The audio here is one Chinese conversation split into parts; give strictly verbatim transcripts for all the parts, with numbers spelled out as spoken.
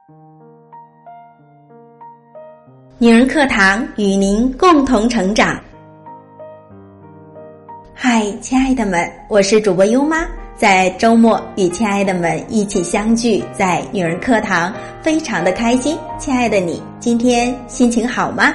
女人课堂与您共同成长。嗨，亲爱的们，我是主播优妈，在周末与亲爱的们一起相聚在女人课堂，非常的开心。亲爱的你，今天心情好吗？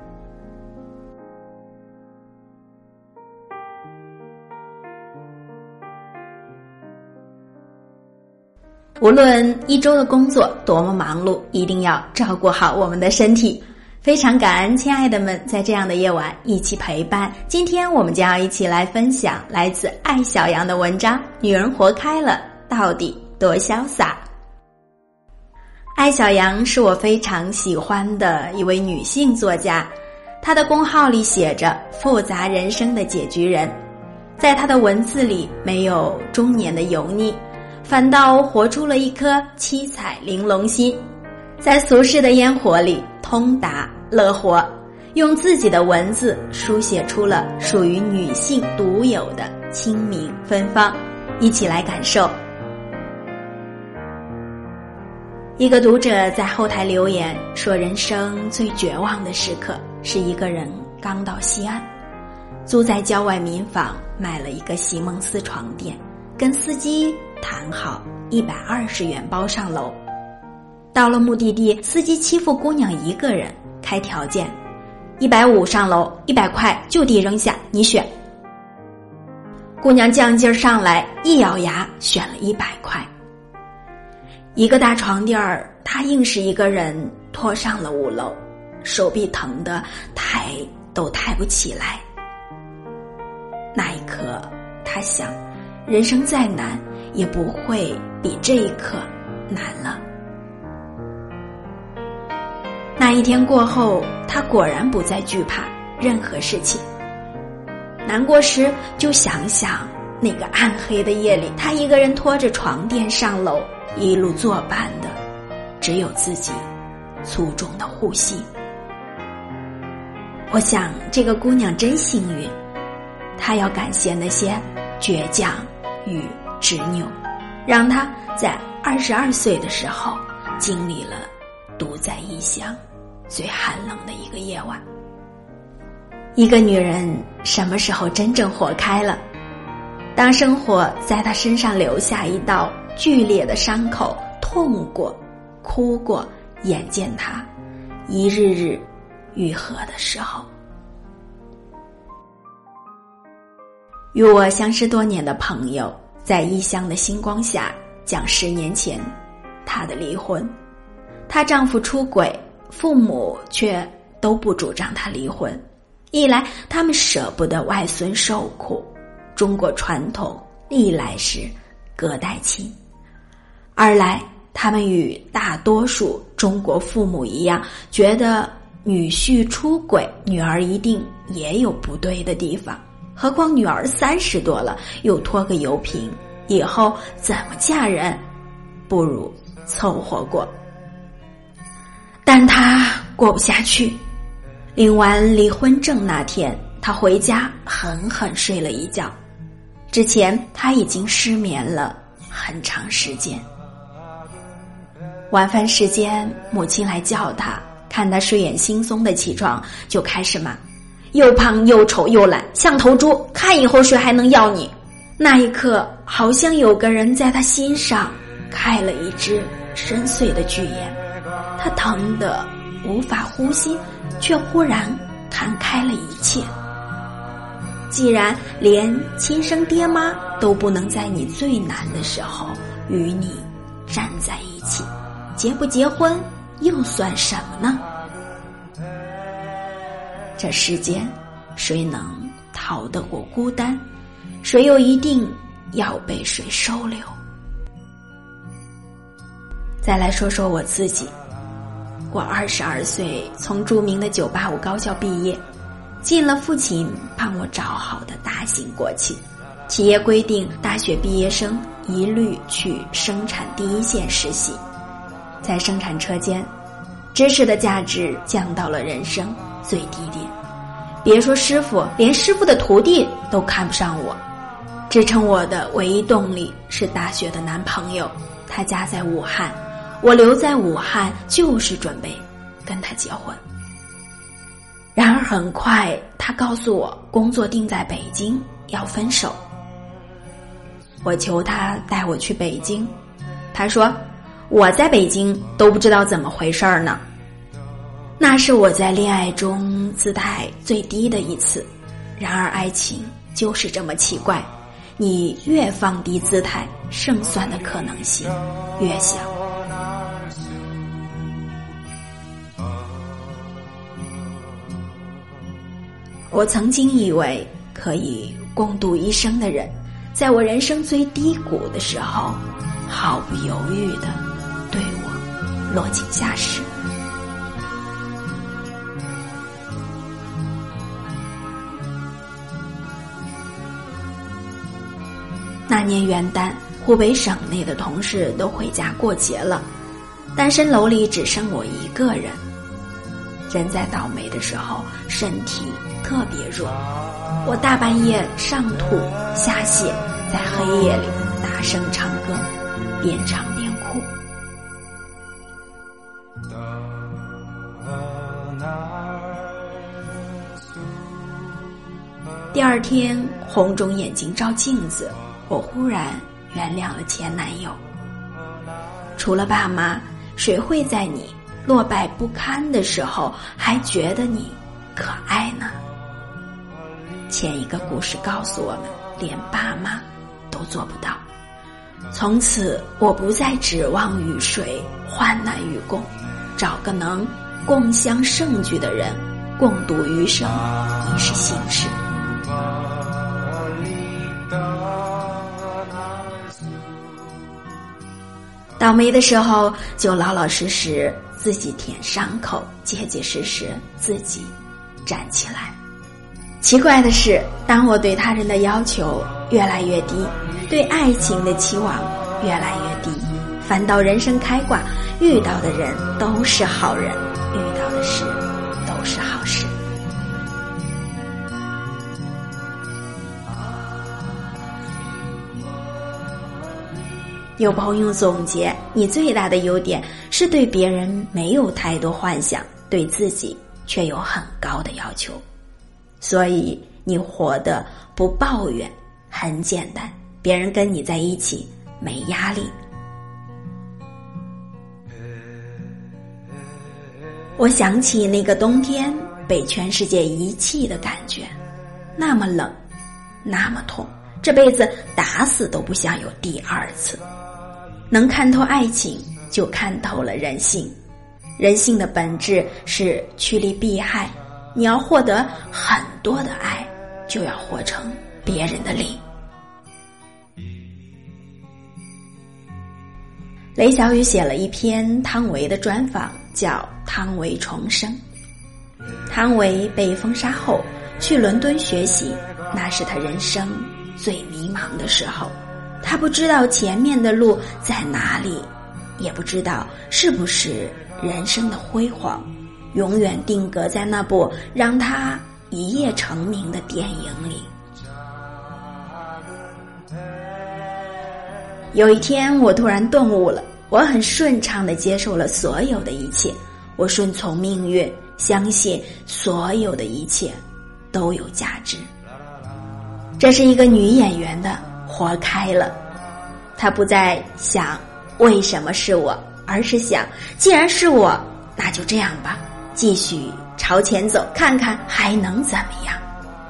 无论一周的工作多么忙碌，一定要照顾好我们的身体。非常感恩亲爱的们在这样的夜晚一起陪伴。今天我们将要一起来分享来自艾小羊的文章《女人活开了，到底多潇洒》。艾小羊是我非常喜欢的一位女性作家，她的公号里写着复杂人生的解决人，在她的文字里没有中年的油腻，反倒活出了一颗七彩玲珑心，在俗世的烟火里通达乐活，用自己的文字书写出了属于女性独有的清明芬芳，一起来感受。一个读者在后台留言说，人生最绝望的时刻是一个人刚到西安，租在郊外民房买了一个席梦思床垫，跟司机谈好一百二十元包上楼。到了目的地，司机欺负姑娘一个人，开条件一百五上楼，一百块就地扔下，你选。姑娘犟劲儿上来，一咬牙选了一百块。一个大床垫儿，她硬是一个人拖上了五楼，手臂疼得抬都抬不起来。那一刻她想，人生再难也不会比这一刻难了。那一天过后，他果然不再惧怕任何事情。难过时就想想那个暗黑的夜里，他一个人拖着床垫上楼，一路作伴的只有自己粗重的呼吸。我想这个姑娘真幸运，她要感谢那些倔强与执拗，让她在二十二岁的时候经历了独在异乡最寒冷的一个夜晚。一个女人什么时候真正活开了？当生活在她身上留下一道剧烈的伤口，痛过，哭过，眼见她一日日愈合的时候。与我相识多年的朋友在异乡的星光下讲十年前她的离婚。她丈夫出轨，父母却都不主张她离婚，一来他们舍不得外孙受苦，中国传统历来是隔代亲；二来他们与大多数中国父母一样，觉得女婿出轨，女儿一定也有不对的地方，何况女儿三十多了，又拖个油瓶，以后怎么嫁人，不如凑合过。但他过不下去，领完离婚证那天，他回家狠狠睡了一觉。之前他已经失眠了很长时间。晚饭时间，母亲来叫他，看他睡眼惺忪的起床，就开始骂：又胖又丑又懒，像头猪，看以后谁还能要你。那一刻，好像有个人在他心上开了一只深邃的巨眼，他疼得无法呼吸，却忽然看开了一切。既然连亲生爹妈都不能在你最难的时候与你站在一起，结不结婚又算什么呢？这世间谁能逃得过孤单，谁又一定要被谁收留？再来说说我自己，我二十二岁从著名的九八五高校毕业，进了父亲帮我找好的大型国企。企业规定大学毕业生一律去生产第一线实习。在生产车间，知识的价值降到了人生最低点。别说师傅，连师傅的徒弟都看不上我。支撑我的唯一动力是大学的男朋友，他家在武汉， 我留在武汉就是准备跟他结婚。然而很快他告诉我工作定在北京，要分手。我求他带我去北京，他说我在北京都不知道怎么回事儿呢。那是我在恋爱中姿态最低的一次。然而爱情就是这么奇怪，你越放低姿态，胜算的可能性越小。我曾经以为可以共度一生的人，在我人生最低谷的时候，毫不犹豫地对我落井下石。那年元旦，湖北省内的同事都回家过节了，单身楼里只剩我一个人。人在倒霉的时候，身体特别弱，我大半夜上吐下泻，在黑夜里大声唱歌，边唱边哭。第二天红肿眼睛照镜子，我忽然原谅了前男友。除了爸妈，谁会在你落败不堪的时候还觉得你可爱呢？前一个故事告诉我们，连爸妈都做不到。从此我不再指望与谁患难与共，找个能共襄盛举的人共度余生已是幸事。倒霉的时候就老老实实自己舔伤口，结结实实自己站起来。奇怪的是，当我对他人的要求越来越低，对爱情的期望越来越低，反倒人生开挂，遇到的人都是好人，遇到的事都是好事。有朋友总结，你最大的优点是对别人没有太多幻想，对自己却有很高的要求。所以你活得不抱怨，很简单，别人跟你在一起没压力。我想起那个冬天被全世界遗弃的感觉，那么冷，那么痛，这辈子打死都不想有第二次。能看透爱情，就看透了人性。人性的本质是趋利避害，你要获得很多的爱，就要活成别人的利。雷小雨写了一篇汤唯的专访，叫《汤唯重生》。汤唯被封杀后去伦敦学习，那是他人生最迷茫的时候。他不知道前面的路在哪里，也不知道是不是人生的辉煌永远定格在那部让他一夜成名的电影里。有一天我突然顿悟了，我很顺畅地接受了所有的一切，我顺从命运，相信所有的一切都有价值。这是一个女演员的活开了，她不再想为什么是我，而是想既然是我，那就这样吧，继续朝前走，看看还能怎么样。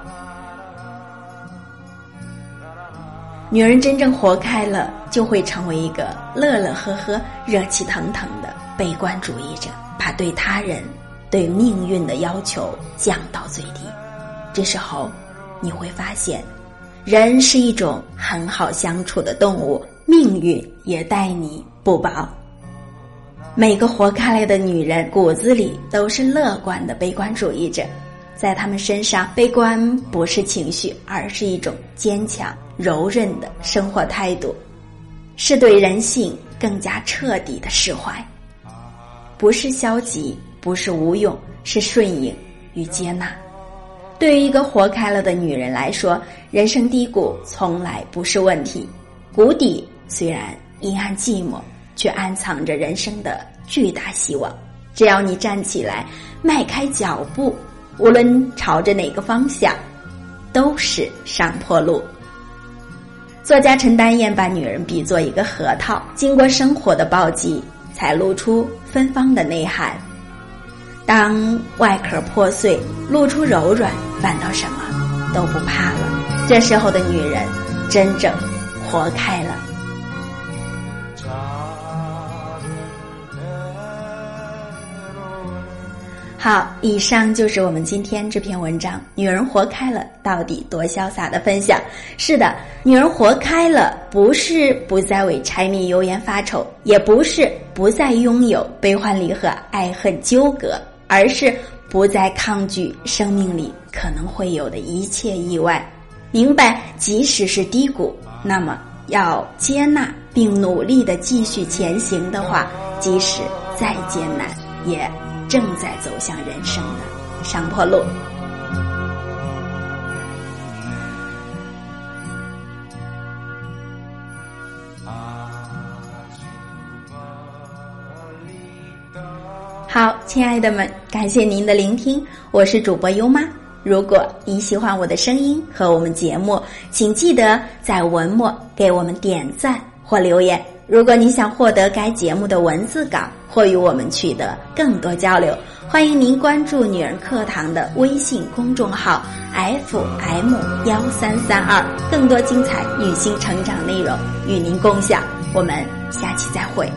女人真正活开了，就会成为一个乐乐呵呵、热气腾腾的悲观主义者，把对他人、对命运的要求降到最低。这时候你会发现，人是一种很好相处的动物，命运也待你不薄。每个活开来的女人骨子里都是乐观的悲观主义者，在她们身上，悲观不是情绪，而是一种坚强柔韧的生活态度，是对人性更加彻底的释怀。不是消极，不是无用，是顺应与接纳。对于一个活开了的女人来说，人生低谷从来不是问题，谷底虽然阴暗寂寞， 却暗藏着人生的巨大希望。只要你站起来，迈开脚步，无论朝着哪个方向，都是上坡路。作家陈丹燕把女人比作一个核桃，经过生活的暴击，才露出芬芳的内涵。当外壳破碎，露出柔软，反倒什么都不怕了。这时候的女人真正活开了。好，以上就是我们今天这篇文章，女人活开了到底多潇洒的分享。是的，女人活开了，不是不再为柴米油盐发愁，也不是不再拥有悲欢离合、爱恨纠葛，而是不再抗拒生命里可能会有的一切意外。明白即使是低谷，那么要接纳并努力地继续前行的话，即使再艰难，也正在走向人生的上坡路。好，亲爱的们，感谢您的聆听，我是主播优妈。如果你喜欢我的声音和我们节目，请记得在文末给我们点赞或留言。如果你想获得该节目的文字稿或与我们取得更多交流，欢迎您关注女人课堂的微信公众号 F M 一三三二，更多精彩女性成长内容与您共享。我们下期再会。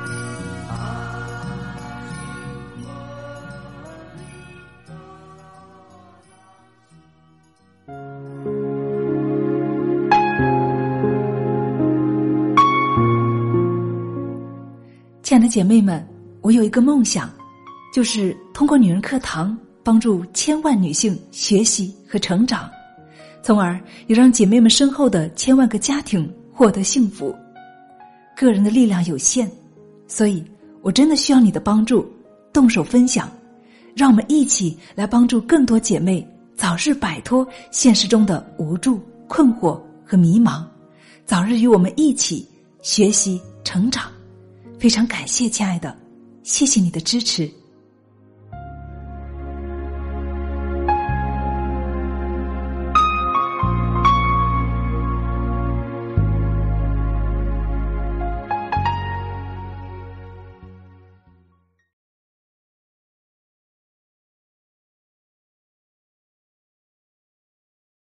亲爱的姐妹们，我有一个梦想，就是通过女人课堂帮助千万女性学习和成长，从而也让姐妹们身后的千万个家庭获得幸福。个人的力量有限，所以我真的需要你的帮助，动手分享，让我们一起来帮助更多姐妹早日摆脱现实中的无助、困惑和迷茫，早日与我们一起学习成长。非常感谢亲爱的，谢谢你的支持。